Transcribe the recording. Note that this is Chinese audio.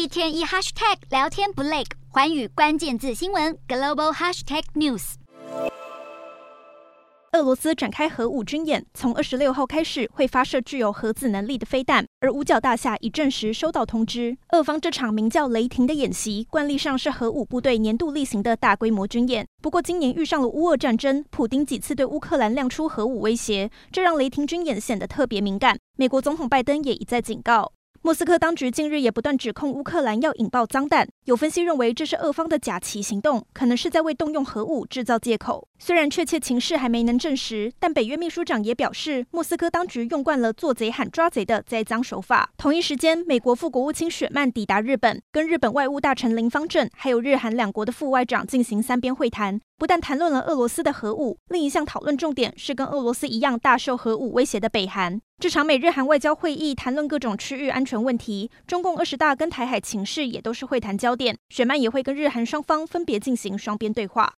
一天一 hashtag 聊天不累，寰宇关键字新闻 global hashtag news。 俄罗斯展开核武军演，从26号开始会发射具有核子能力的飞弹，而五角大厦已证实收到通知。俄方这场名叫雷霆的演习，惯例上是核武部队年度例行的大规模军演。不过今年遇上了乌俄战争，普丁几次对乌克兰亮出核武威胁，这让雷霆军演显得特别敏感。美国总统拜登也一再警告。莫斯科当局近日也不断指控乌克兰要引爆脏弹，有分析认为这是俄方的假旗行动，可能是在为动用核武制造借口。虽然确切情势还没能证实，但北约秘书长也表示，莫斯科当局用惯了做贼喊抓贼的栽赃手法。同一时间，美国副国务卿雪曼抵达日本，跟日本外务大臣林芳正还有日韩两国的副外长进行3边会谈，不但谈论了俄罗斯的核武，另一项讨论重点是跟俄罗斯一样大受核武威胁的北韩。这场美日韩外交会议谈论各种区域安全问题，中共20大跟台海情势也都是会谈焦点。雪曼也会跟日韩双方分别进行双边对话。